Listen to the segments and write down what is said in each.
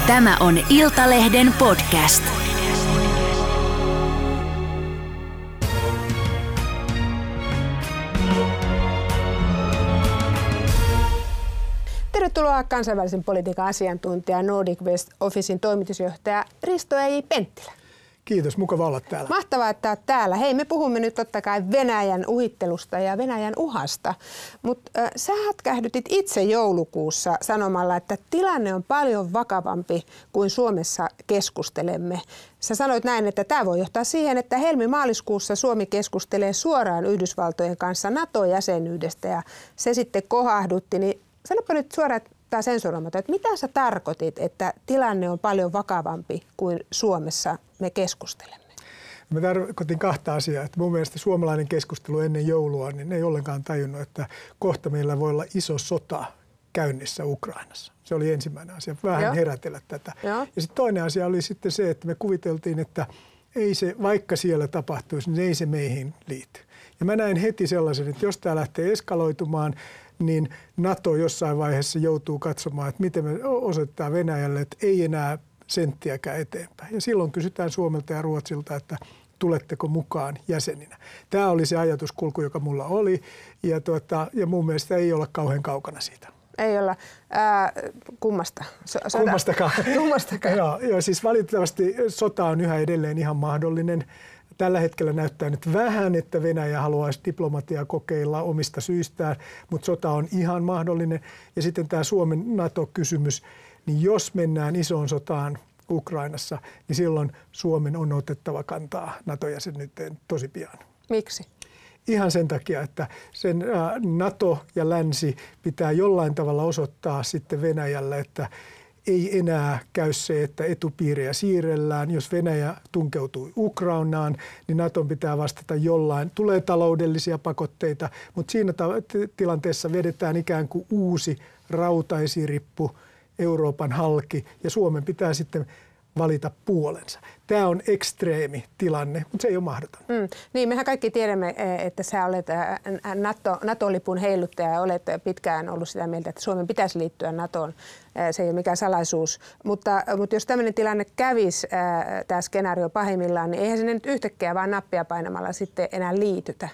Tämä on Iltalehden podcast. Tervetuloa kansainvälisen politiikan asiantuntija Nordic West Officein toimitusjohtaja Risto E. Penttilä. Kiitos, mukava olla täällä. Mahtavaa, että olet täällä. Hei, me puhumme nyt totta kai Venäjän uhittelusta ja Venäjän uhasta, mutta sä hätkähdytit itse joulukuussa sanomalla, että tilanne on paljon vakavampi kuin Suomessa keskustelemme. Sä sanoit näin, että tämä voi johtaa siihen, että helmi-maaliskuussa Suomi keskustelee suoraan Yhdysvaltojen kanssa NATO-jäsenyydestä ja se sitten kohahdutti, niin sanoppa nyt suoraan tai sensuroimatta, että mitä sä tarkoitit, että tilanne on paljon vakavampi kuin Suomessa me keskustelemme? Mä tarkoitin kahta asiaa. Että mun mielestä suomalainen keskustelu ennen joulua, niin ei ollenkaan tajunnut, että kohta meillä voi olla iso sota käynnissä Ukrainassa. Se oli ensimmäinen asia, vähän herätellä tätä. Ja sitten toinen asia oli sitten se, että me kuviteltiin, että ei se, vaikka siellä tapahtuisi, niin ei se meihin liity. Ja mä näin heti sellaisen, että jos tämä lähtee eskaloitumaan, niin NATO jossain vaiheessa joutuu katsomaan, että miten me osoittaa Venäjälle, että ei enää senttiäkään eteenpäin. Ja silloin kysytään Suomelta ja Ruotsilta, että tuletteko mukaan jäseninä. Tämä oli se ajatuskulku, joka mulla oli, ja mun mielestä ei olla kauhean kaukana siitä. Ei olla. Kummasta? Kummastakaan. Joo, siis valitettavasti sota on yhä edelleen ihan mahdollinen. Tällä hetkellä näyttää nyt vähän, että Venäjä haluaisi diplomatiaa kokeilla omista syistään, mutta sota on ihan mahdollinen. Ja sitten tämä Suomen NATO-kysymys, niin jos mennään isoon sotaan Ukrainassa, niin silloin Suomen on otettava kantaa NATO-jäsenyyteen tosi pian. Miksi? Ihan sen takia, että sen NATO ja länsi pitää jollain tavalla osoittaa sitten Venäjälle, että ei enää käy se, että etupiirejä siirrellään. Jos Venäjä tunkeutuu Ukrainaan, niin Naton pitää vastata jollain. Tulee taloudellisia pakotteita, mutta siinä tilanteessa vedetään ikään kuin uusi rautaesirippu, Euroopan halki, ja Suomen pitää sitten valita puolensa. Tämä on ekstreemi tilanne, mutta se ei ole mahdoton. Niin, mehän kaikki tiedämme, että sä olet NATO-lipun heiluttaja ja olet pitkään ollut sitä mieltä, että Suomen pitäisi liittyä NATOon. Se ei ole mikään salaisuus. Mutta jos tämmöinen tilanne kävisi, tämä skenaario pahimmillaan, niin eihän se nyt yhtäkkiä vaan nappia painamalla sitten enää liitytä.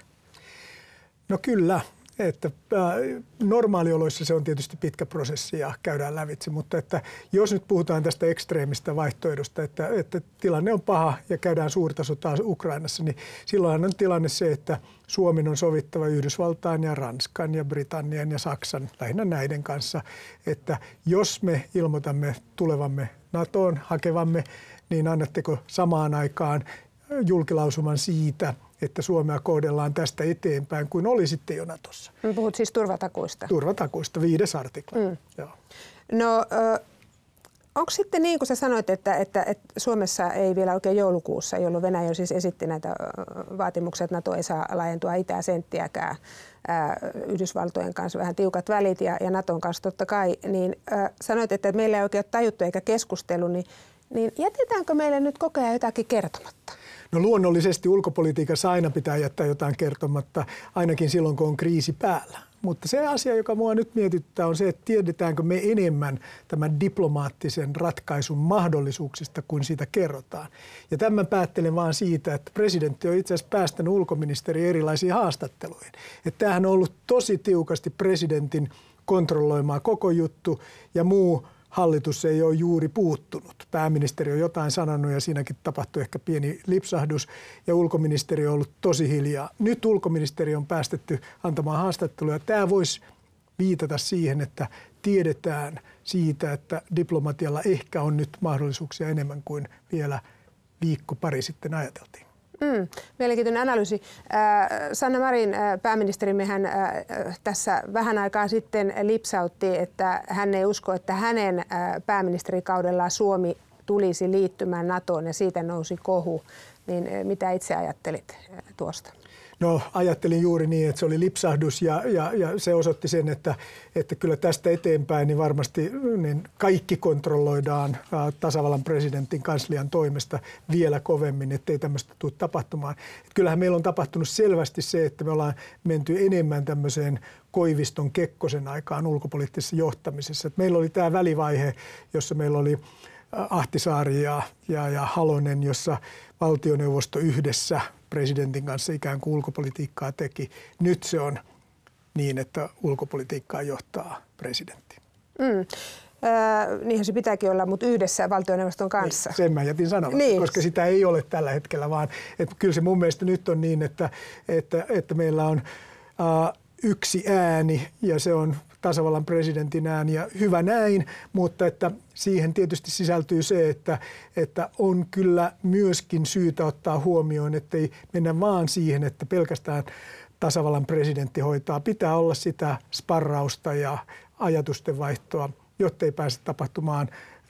No kyllä. Että normaalioloissa se on tietysti pitkä prosessi ja käydään lävitse, mutta että jos nyt puhutaan tästä ekstreemistä vaihtoehdosta, että tilanne on paha ja käydään suurta sotaa Ukrainassa, niin silloin on tilanne se, että Suomen on sovittava Yhdysvaltain ja Ranskan ja Britannian ja Saksan, lähinnä näiden kanssa, että jos me ilmoitamme tulevamme NATOon, hakevamme, niin annatteko samaan aikaan julkilausuman siitä, että Suomea kohdellaan tästä eteenpäin kuin oli sitten jo Natossa. Puhut siis turvatakuista. Turvatakuista, 5. artikla. Joo. No onko sitten niin kuin sä sanoit, että Suomessa ei vielä oikein joulukuussa, jolloin Venäjä siis esitti näitä vaatimuksia, että NATO ei saa laajentua itään senttiäkään, Yhdysvaltojen kanssa vähän tiukat välit ja Naton kanssa totta kai, niin sanoit, että meillä ei oikein ole tajuttu eikä keskustelu, niin jätetäänkö meille nyt koko ajan jotakin kertomatta? No luonnollisesti ulkopolitiikassa aina pitää jättää jotain kertomatta, ainakin silloin kun on kriisi päällä. Mutta se asia, joka mua nyt mietittää, on se, että tiedetäänkö me enemmän tämän diplomaattisen ratkaisun mahdollisuuksista kuin siitä kerrotaan. Ja tämän päättelen vaan siitä, että presidentti on itse asiassa päästänyt ulkoministeri erilaisiin haastatteluihin. Että tämähän on ollut tosi tiukasti presidentin kontrolloimaa koko juttu ja muu hallitus ei ole juuri puuttunut. Pääministeri on jotain sanonut ja siinäkin tapahtui ehkä pieni lipsahdus ja ulkoministeri on ollut tosi hiljaa. Nyt ulkoministeri on päästetty antamaan haastatteluja. Tämä voisi viitata siihen, että tiedetään siitä, että diplomatialla ehkä on nyt mahdollisuuksia enemmän kuin vielä viikko pari sitten ajateltiin. Mielenkiintoinen analyysi. Sanna Marin, pääministerimmehän tässä vähän aikaa sitten lipsautti, että hän ei usko, että hänen pääministerikaudellaan Suomi tulisi liittymään NATOon ja siitä nousi kohu. Niin mitä itse ajattelit tuosta? No ajattelin juuri niin, että se oli lipsahdus ja se osoitti sen, että kyllä tästä eteenpäin niin varmasti niin kaikki kontrolloidaan tasavallan presidentin kanslian toimesta vielä kovemmin, ettei tämmöistä tule tapahtumaan. Kyllähän meillä on tapahtunut selvästi se, että me ollaan menty enemmän tämmöiseen Koiviston Kekkosen aikaan ulkopoliittisessa johtamisessa. Että meillä oli tämä välivaihe, jossa meillä oli Ahtisaari ja Halonen, jossa valtioneuvosto yhdessä presidentin kanssa ikään kuin ulkopolitiikkaa teki. Nyt se on niin, että ulkopolitiikkaa johtaa presidentti. Niinhän se pitääkin olla, mutta yhdessä valtioneuvoston kanssa. Sen mä jätin sanomaan, koska sitä ei ole tällä hetkellä, vaan että kyllä se mun mielestä nyt on niin, että meillä on yksi ääni ja se on tasavallan presidentin ääni ja hyvä näin, mutta että siihen tietysti sisältyy se, että on kyllä myöskin syytä ottaa huomioon, ettei mennä vaan siihen, että pelkästään tasavallan presidentti hoitaa. Pitää olla sitä sparrausta ja ajatusten vaihtoa, jotta ei pääse tapahtumaan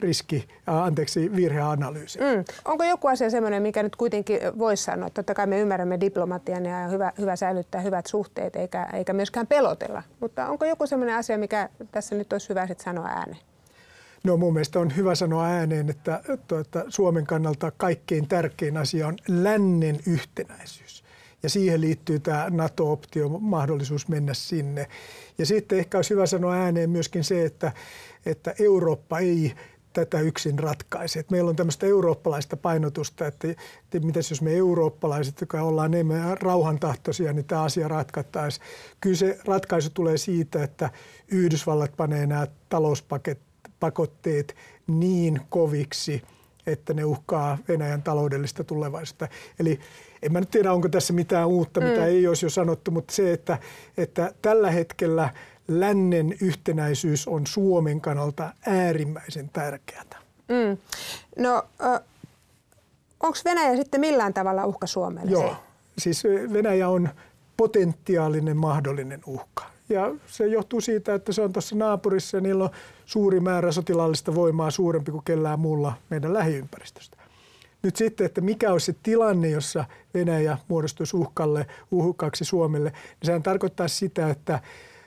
virheanalyysi. Onko joku asia sellainen, mikä nyt kuitenkin voisi sanoa, että totta kai me ymmärrämme diplomatian ja hyvä säilyttää hyvät suhteet eikä myöskään pelotella, mutta onko joku sellainen asia, mikä tässä nyt olisi hyvä sitten sanoa ääneen? No mun mielestä on hyvä sanoa ääneen, että Suomen kannalta kaikkein tärkein asia on lännen yhtenäisyys. Ja siihen liittyy tämä NATO-optio, mahdollisuus mennä sinne. Ja sitten ehkä olisi hyvä sanoa ääneen myöskin se, että Eurooppa ei tätä yksin ratkaise. Että meillä on tämmöistä eurooppalaista painotusta, että mitäs jos me eurooppalaiset, jotka ollaan enemmän rauhantahtoisia, niin tämä asia ratkattaisiin. Kyllä se ratkaisu tulee siitä, että Yhdysvallat panee nämä talouspakotteet niin koviksi, että ne uhkaa Venäjän taloudellista tulevaisuutta. Eli en mä nyt tiedä, onko tässä mitään uutta, mitä ei olisi jo sanottu, mutta se, että tällä hetkellä lännen yhtenäisyys on Suomen kannalta äärimmäisen tärkeää. No, onko Venäjä sitten millään tavalla uhka Suomelle? Joo, siis Venäjä on potentiaalinen mahdollinen uhka. Ja se johtuu siitä, että se on tuossa naapurissa ja niillä on suuri määrä sotilaallista voimaa, suurempi kuin kellään muulla meidän lähiympäristöstä. Nyt sitten, että mikä olisi se tilanne, jossa Venäjä muodostuisi uhkaksi Suomelle, niin sehän tarkoittaa sitä, että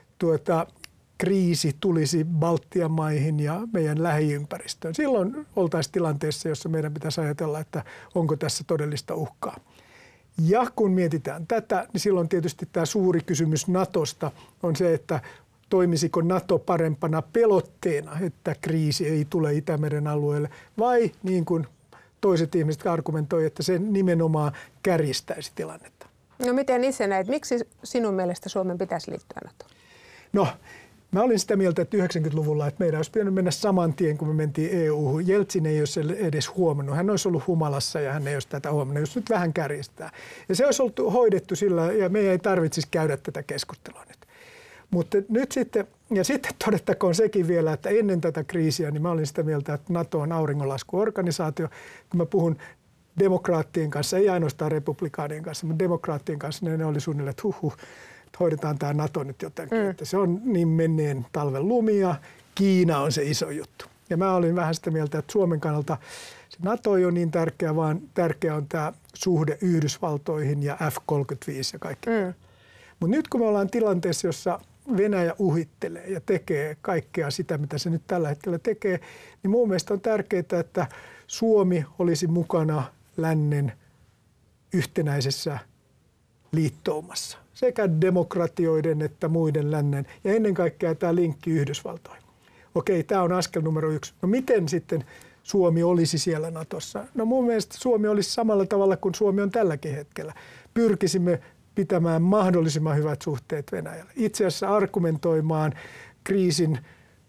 kriisi tulisi Baltian maihin ja meidän lähiympäristöön. Silloin oltaisiin tilanteessa, jossa meidän pitäisi ajatella, että onko tässä todellista uhkaa. Ja kun mietitään tätä, niin silloin tietysti tämä suuri kysymys NATOsta on se, että toimisiko NATO parempana pelotteena, että kriisi ei tule Itämeren alueelle, vai niin kuin toiset ihmiset argumentoivat, että se nimenomaan kärjistäisi tilannetta. No miten itse näet, miksi sinun mielestä Suomen pitäisi liittyä NATOon? No, mä olin sitä mieltä, että 90-luvulla, että meidän olisi pitänyt mennä saman tien, kun me mentiin EU-hun. Jeltsin ei olisi edes huomannut. Hän olisi ollut humalassa ja hän ei olisi tätä huomannut, jos nyt vähän kärjistää. Ja se olisi ollut hoidettu sillä, ja meidän ei tarvitsisi käydä tätä keskustelua nyt. Mutta nyt sitten, ja sitten todettakoon sekin vielä, että ennen tätä kriisiä, niin mä olin sitä mieltä, että NATO on auringonlaskuorganisaatio. Kun mä puhun demokraattien kanssa, ei ainoastaan republikaanien kanssa, mutta demokraattien kanssa, niin ne oli suunnilleen, että hoidetaan tämä NATO nyt jotenkin. Että se on niin menneen talven lumia, Kiina on se iso juttu. Ja mä olin vähän sitä mieltä, että Suomen kannalta se NATO ei ole niin tärkeä, vaan tärkeä on tämä suhde Yhdysvaltoihin ja F-35 ja kaikki. Mutta nyt kun me ollaan tilanteessa, jossa Venäjä uhittelee ja tekee kaikkea sitä, mitä se nyt tällä hetkellä tekee, niin mun mielestä on tärkeää, että Suomi olisi mukana lännen yhtenäisessä liittoumassa. Sekä demokratioiden että muiden lännen ja ennen kaikkea tämä linkki Yhdysvaltoihin. Okei, tämä on askel numero 1. No miten sitten Suomi olisi siellä NATOssa? No mun mielestä Suomi olisi samalla tavalla kuin Suomi on tälläkin hetkellä. Pyrkisimme pitämään mahdollisimman hyvät suhteet Venäjälle. Itse asiassa argumentoimaan kriisin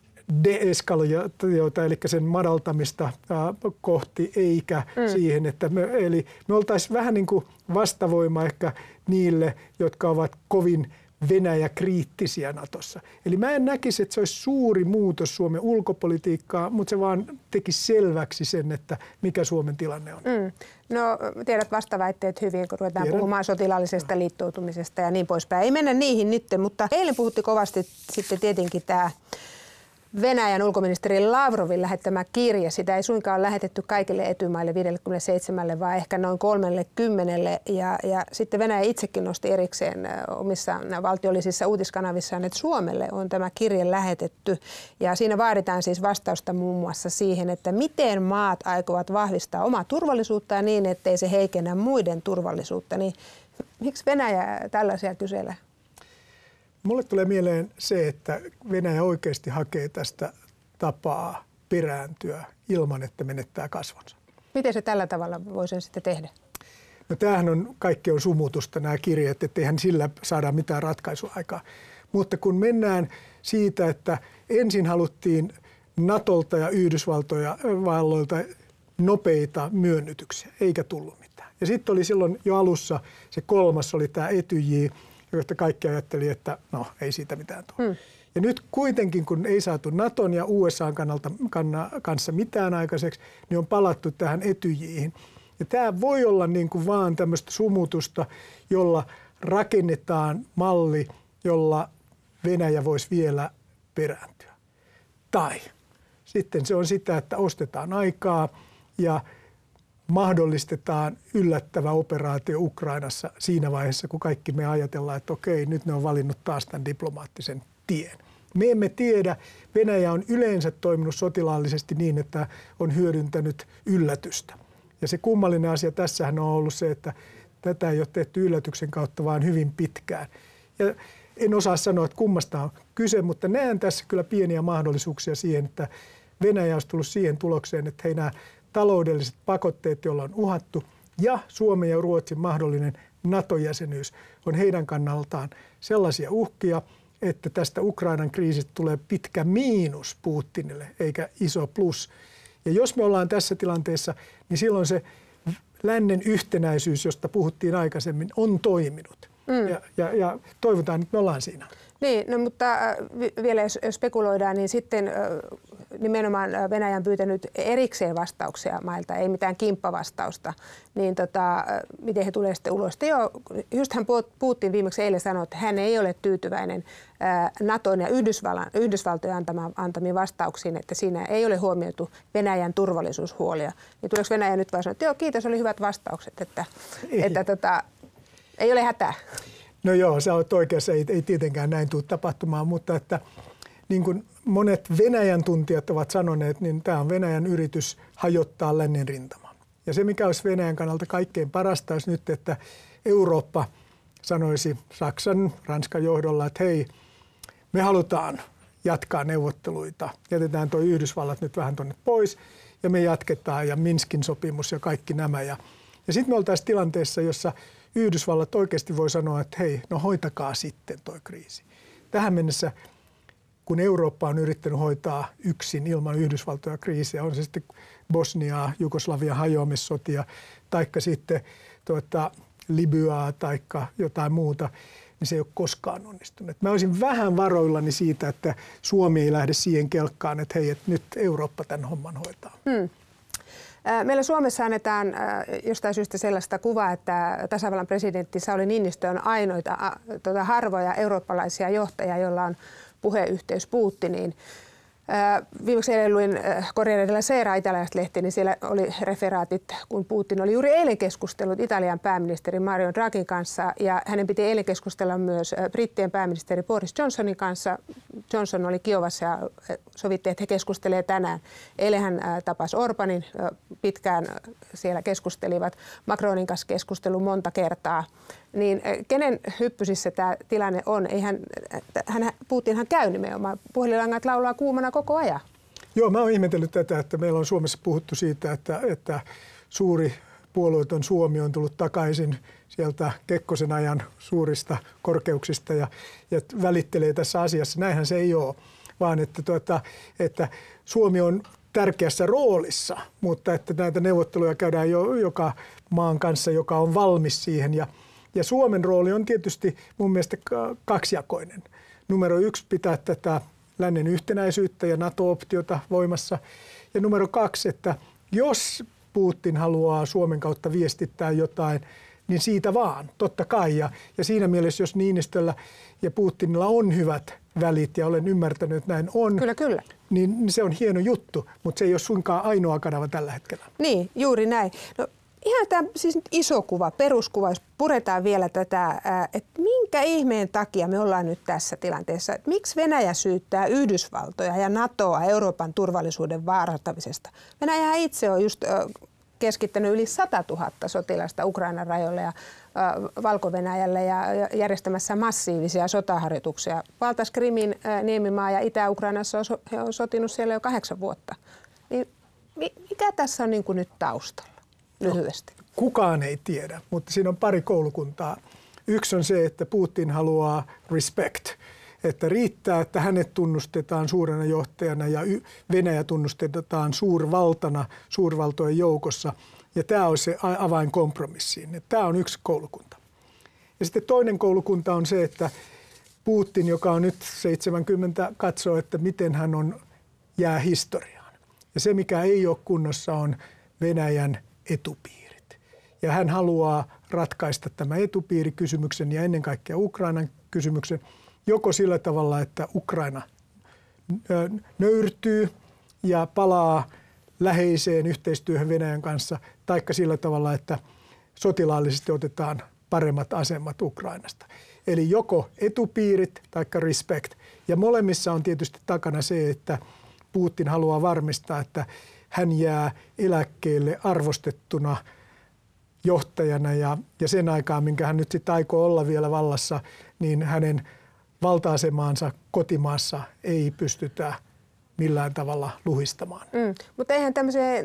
deeskalaatiota, eli sen madaltamista kohti, eikä siihen, että me oltaisiin vähän niin kuin vastavoima ehkä niille, jotka ovat kovin Venäjä-kriittisiä NATOssa. Eli mä en näkisi, että se olisi suuri muutos Suomen ulkopolitiikkaa, mutta se vaan teki selväksi sen, että mikä Suomen tilanne on. No tiedät vastaväitteet hyvin, kun ruvetaan puhumaan sotilaallisesta liittoutumisesta ja niin poispäin. Ei mennä niihin nyt, mutta eilen puhutti kovasti sitten tietenkin tämä Venäjän ulkoministeri Lavrovin lähettämä kirje. Sitä ei suinkaan lähetetty kaikille etymaille 57, vaan ehkä noin 30. Ja sitten Venäjä itsekin nosti erikseen omissa valtiollisissa uutiskanaavissaan, että Suomelle on tämä kirje lähetetty. Ja siinä vaaditaan siis vastausta muun muassa siihen, että miten maat aikovat vahvistaa omaa turvallisuutta niin, ettei se heikennä muiden turvallisuutta. Niin miksi Venäjä tällaisia kyselee? Mulle tulee mieleen se, että Venäjä oikeasti hakee tästä tapaa perääntyä ilman, että menettää kasvonsa. Miten se tällä tavalla voi sen sitten tehdä? No tämähän kaikki on sumutusta nämä kirjeet, etteihän sillä saada mitään ratkaisua aikaa. Mutta kun mennään siitä, että ensin haluttiin Natolta ja Yhdysvalloilta nopeita myönnytyksiä, eikä tullut mitään. Ja sitten oli silloin jo alussa se kolmas oli tämä Etyj, josta kaikki ajatteli, että no ei siitä mitään tule. Ja nyt kuitenkin, kun ei saatu Naton ja USA:n kanssa mitään aikaiseksi, niin on palattu tähän Etyjiin. Ja tämä voi olla niin kuin vaan tämmöistä sumutusta, jolla rakennetaan malli, jolla Venäjä voisi vielä perääntyä. Tai sitten se on sitä, että ostetaan aikaa ja mahdollistetaan yllättävä operaatio Ukrainassa siinä vaiheessa, kun kaikki me ajatellaan, että okei, nyt ne on valinnut taas tämän diplomaattisen tien. Me emme tiedä. Venäjä on yleensä toiminut sotilaallisesti niin, että on hyödyntänyt yllätystä. Ja se kummallinen asia tässähän on ollut se, että tätä ei ole tehty yllätyksen kautta, vaan hyvin pitkään. Ja en osaa sanoa, että kummasta on kyse, mutta näen tässä kyllä pieniä mahdollisuuksia siihen, että Venäjä olisi tullut siihen tulokseen, että hei, nämä taloudelliset pakotteet, joilla on uhattu, ja Suomen ja Ruotsin mahdollinen NATO-jäsenyys on heidän kannaltaan sellaisia uhkia, että tästä Ukrainan kriisistä tulee pitkä miinus Putinille eikä iso plus. Ja jos me ollaan tässä tilanteessa, niin silloin se lännen yhtenäisyys, josta puhuttiin aikaisemmin, on toiminut. Ja toivotaan, että me ollaan siinä. Niin, no mutta vielä jos spekuloidaan, niin sitten nimenomaan Venäjä on pyytänyt erikseen vastauksia mailta, ei mitään kimppavastausta. Niin miten he tulee sitten ulos? Justhan Putin viimeksi eilen sanoi, että hän ei ole tyytyväinen Naton ja Yhdysvaltojen antamiin vastauksiin, että siinä ei ole huomioitu Venäjän turvallisuushuolia. Niin tuleeko Venäjä nyt vaan sanoa, että joo, kiitos, oli hyvät vastaukset, että ei ole hätää? No joo, sä olet oikeassa, ei tietenkään näin tule tapahtumaan, mutta että niin kuin monet Venäjän tuntijat ovat sanoneet, niin tämä on Venäjän yritys hajottaa lännen rintaman. Ja se, mikä olisi Venäjän kannalta kaikkein parasta, olisi nyt, että Eurooppa sanoisi Saksan, Ranskan johdolla, että hei, me halutaan jatkaa neuvotteluita, jätetään tuo Yhdysvallat nyt vähän tuonne pois ja me jatketaan ja Minskin sopimus ja kaikki nämä. Ja sitten me oltaisiin tilanteessa, jossa Yhdysvallat oikeasti voi sanoa, että hei, no hoitakaa sitten toi kriisi. Tähän mennessä, kun Eurooppa on yrittänyt hoitaa yksin ilman Yhdysvaltoja kriisiä, on se sitten Bosniaa, Jugoslavian hajoamissotia, taikka sitten Libyaa taikka jotain muuta, niin se ei ole koskaan onnistunut. Mä olisin vähän varoillani siitä, että Suomi ei lähde siihen kelkkaan, että hei, että nyt Eurooppa tämän homman hoitaa. Meillä Suomessa annetaan jostain syystä sellaista kuvaa, että tasavallan presidentti Sauli Niinistö on ainoita harvoja eurooppalaisia johtajia, joilla on puheyhteys Putiniin. Viimeksi eilen luin Corriere della Sera, italialaista lehti, niin siellä oli referaatit, kun Putin oli juuri eilen keskustellut Italian pääministeri Mario Draghin kanssa, ja hänen piti eilen keskustella myös brittien pääministeri Boris Johnsonin kanssa. Johnson oli Kiovassa ja sovittiin, että he keskustelevat tänään. Eilen hän tapasi Orbanin, pitkään siellä keskustelivat. Macronin kanssa keskustelu monta kertaa. Niin kenen hyppysissä tämä tilanne on? Putinhan käy nimenomaan. Puhelinlangat laulaa kuumana koko ajan. Joo, mä oon ihmetellyt tätä, että meillä on Suomessa puhuttu siitä, että suuri puolueeton Suomi on tullut takaisin sieltä Kekkosen ajan suurista korkeuksista ja välittelee tässä asiassa. Näinhän se ei ole, vaan että Suomi on tärkeässä roolissa, mutta että näitä neuvotteluja käydään joka maan kanssa, joka on valmis siihen. Ja Suomen rooli on tietysti mun mielestä kaksijakoinen. Numero 1 pitää tätä lännen yhtenäisyyttä ja NATO-optiota voimassa. Ja numero 2, että jos Putin haluaa Suomen kautta viestittää jotain, niin siitä vaan, totta kai. Ja siinä mielessä, jos Niinistöllä ja Putinilla on hyvät välit, ja olen ymmärtänyt, että näin on, kyllä. Niin se on hieno juttu, mutta se ei ole suinkaan ainoa kanava tällä hetkellä. Niin, juuri näin. No, ihan tämä siis iso kuva, peruskuva, jos puretaan vielä tätä, että minkä ihmeen takia me ollaan nyt tässä tilanteessa. Että miksi Venäjä syyttää Yhdysvaltoja ja NATOa Euroopan turvallisuuden vaarantamisesta? Venäjä itse on just keskittänyt yli 100 000 sotilasta Ukrainan rajoille ja Valko-Venäjälle ja järjestämässä massiivisia sotaharjoituksia. Valtas Krimin niemimaa ja Itä-Ukrainassa on sotinut siellä jo 8 vuotta. Mikä tässä on niin kuin nyt taustalla lyhyesti? No, kukaan ei tiedä, mutta siinä on pari koulukuntaa. Yksi on se, että Putin haluaa respect, että riittää, että hänet tunnustetaan suurena johtajana ja Venäjä tunnustetaan suurvaltana suurvaltojen joukossa. Ja tämä on se avain kompromissiin. Tämä on yksi koulukunta. Ja sitten toinen koulukunta on se, että Putin, joka on nyt 70, katsoo, että miten hän jää historiaan. Ja se, mikä ei ole kunnossa, on Venäjän etupiirit. Ja hän haluaa ratkaista tämän etupiirikysymyksen ja ennen kaikkea Ukrainan kysymyksen joko sillä tavalla, että Ukraina nöyrtyy ja palaa läheiseen yhteistyöhön Venäjän kanssa, taikka sillä tavalla, että sotilaallisesti otetaan paremmat asemat Ukrainasta. Eli joko etupiirit taikka respect. Ja molemmissa on tietysti takana se, että Putin haluaa varmistaa, että hän jää eläkkeelle arvostettuna johtajana ja sen aikaa, minkä hän nyt sitten aikoo olla vielä vallassa, niin hänen valta-asemaansa kotimaassa ei pystytä millään tavalla luhistamaan. Mutta eihän tämmöiseen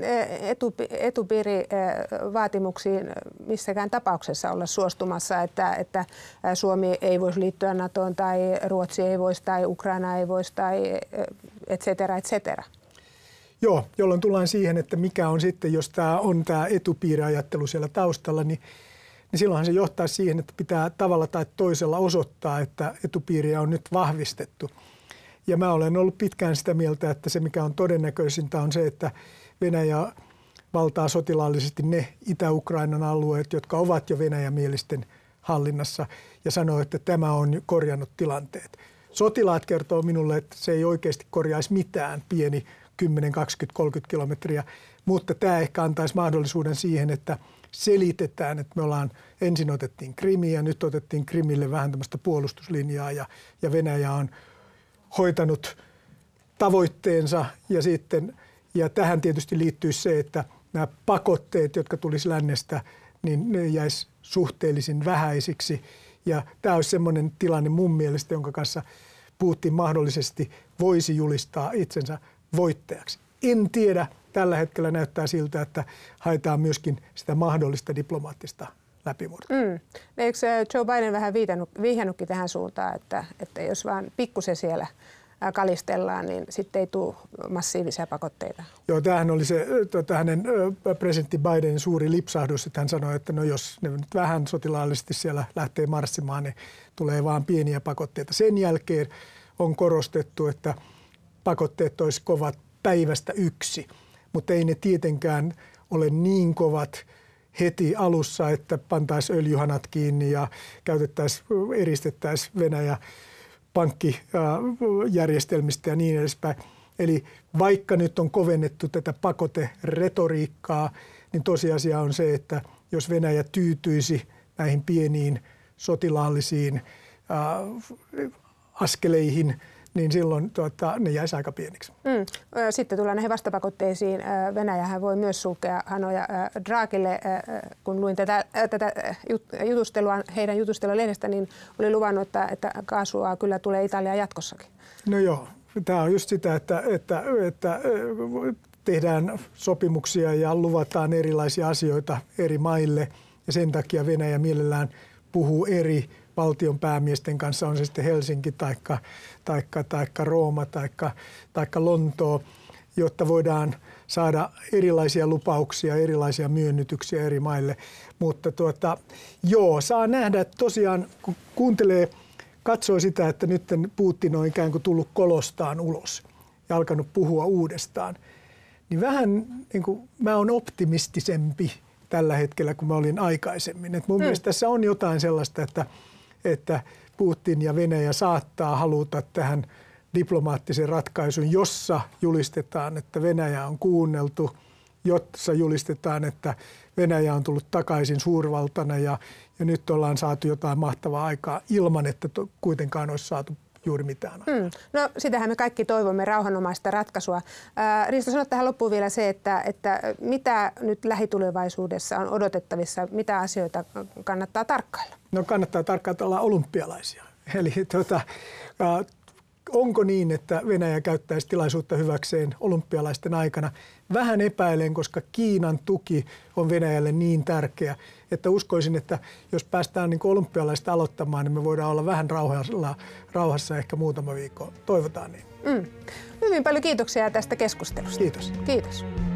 etupiirivaatimuksiin missäkään tapauksessa olla suostumassa, että Suomi ei voisi liittyä NATOon tai Ruotsi ei voisi tai Ukraina ei voisi tai et cetera, et cetera. Joo, jolloin tullaan siihen, että mikä on sitten, jos tämä on tämä etupiiriajattelu siellä taustalla, niin silloinhan se johtaa siihen, että pitää tavalla tai toisella osoittaa, että etupiiriä on nyt vahvistettu. Ja mä olen ollut pitkään sitä mieltä, että se mikä on todennäköisintä on se, että Venäjä valtaa sotilaallisesti ne Itä-Ukrainan alueet, jotka ovat jo venäjämielisten hallinnassa ja sanoo, että tämä on korjannut tilanteet. Sotilaat kertoo minulle, että se ei oikeasti korjaisi mitään, pieni 10, 20, 30 kilometriä, mutta tämä ehkä antaisi mahdollisuuden siihen, että selitetään, että me ensin otettiin Krimiä, nyt otettiin Krimille vähän tämmöistä puolustuslinjaa ja Venäjä on hoitanut tavoitteensa ja tähän tietysti liittyy se, että nämä pakotteet, jotka tulisi lännestä, niin ne jäisi suhteellisen vähäisiksi. Ja tämä olisi semmoinen tilanne mun mielestä, jonka kanssa Putin mahdollisesti voisi julistaa itsensä voittajaksi. En tiedä, tällä hetkellä näyttää siltä, että haetaan myöskin sitä mahdollista diplomaattista läpimurtoa. Eikö Joe Biden vähän vihjannutkin tähän suuntaan, että jos vaan pikkusen siellä kalistellaan, niin sitten ei tule massiivisia pakotteita? Joo, tämähän oli se hänen presidentti Bidenin suuri lipsahdus, että hän sanoi, että no jos ne nyt vähän sotilaallisesti siellä lähtee marssimaan, niin tulee vaan pieniä pakotteita. Sen jälkeen on korostettu, että pakotteet olisi kovat päivästä 1, mutta ei ne tietenkään ole niin kovat heti alussa, että pantaisiin öljyhanat kiinni ja eristettäisiin Venäjä pankkijärjestelmistä ja niin edespäin. Eli vaikka nyt on kovennettu tätä pakoteretoriikkaa, niin tosiasia on se, että jos Venäjä tyytyisi näihin pieniin sotilaallisiin askeleihin, niin silloin ne jäisi aika pieniksi. Sitten tullaan näihin vastapakotteisiin. Venäjähän voi myös sulkea hanoja Draghille. Kun luin tätä jutustelua, heidän jutustelulehdestä, niin oli luvannut, että kaasua kyllä tulee Italiaan jatkossakin. No joo, tämä on just sitä, että tehdään sopimuksia ja luvataan erilaisia asioita eri maille. Ja sen takia Venäjä puhuu eri valtion päämiesten kanssa, on se sitten Helsinki taikka Rooma taikka Lontoo, jotta voidaan saada erilaisia lupauksia, erilaisia myönnytyksiä eri maille. Mutta saa nähdä, että tosiaan kun katsoo sitä, että nyt Putin on ikään kuin tullut kolostaan ulos ja alkanut puhua uudestaan, niin vähän niin kuin mä oon optimistisempi tällä hetkellä kuin mä olin aikaisemmin. Et mun mielestä tässä on jotain sellaista, että Putin ja Venäjä saattaa haluta tähän diplomaattisen ratkaisun, jossa julistetaan, että Venäjä on kuunneltu, jossa julistetaan, että Venäjä on tullut takaisin suurvaltana ja nyt ollaan saatu jotain mahtavaa aikaa ilman, että kuitenkaan olisi saatu juuri mitään. No sitähän me kaikki toivomme, rauhanomaista ratkaisua. Risto, sano tähän loppuun vielä se, että mitä nyt lähitulevaisuudessa on odotettavissa, mitä asioita kannattaa tarkkailla? No kannattaa tarkkailla olympialaisia. Eli onko niin, että Venäjä käyttäisi tilaisuutta hyväkseen olympialaisten aikana? Vähän epäilen, koska Kiinan tuki on Venäjälle niin tärkeä, että uskoisin, että jos päästään niin olympialaista aloittamaan, niin me voidaan olla vähän rauhassa ehkä muutama viikko. Toivotaan niin. Hyvin paljon kiitoksia tästä keskustelusta. Kiitos. Kiitos.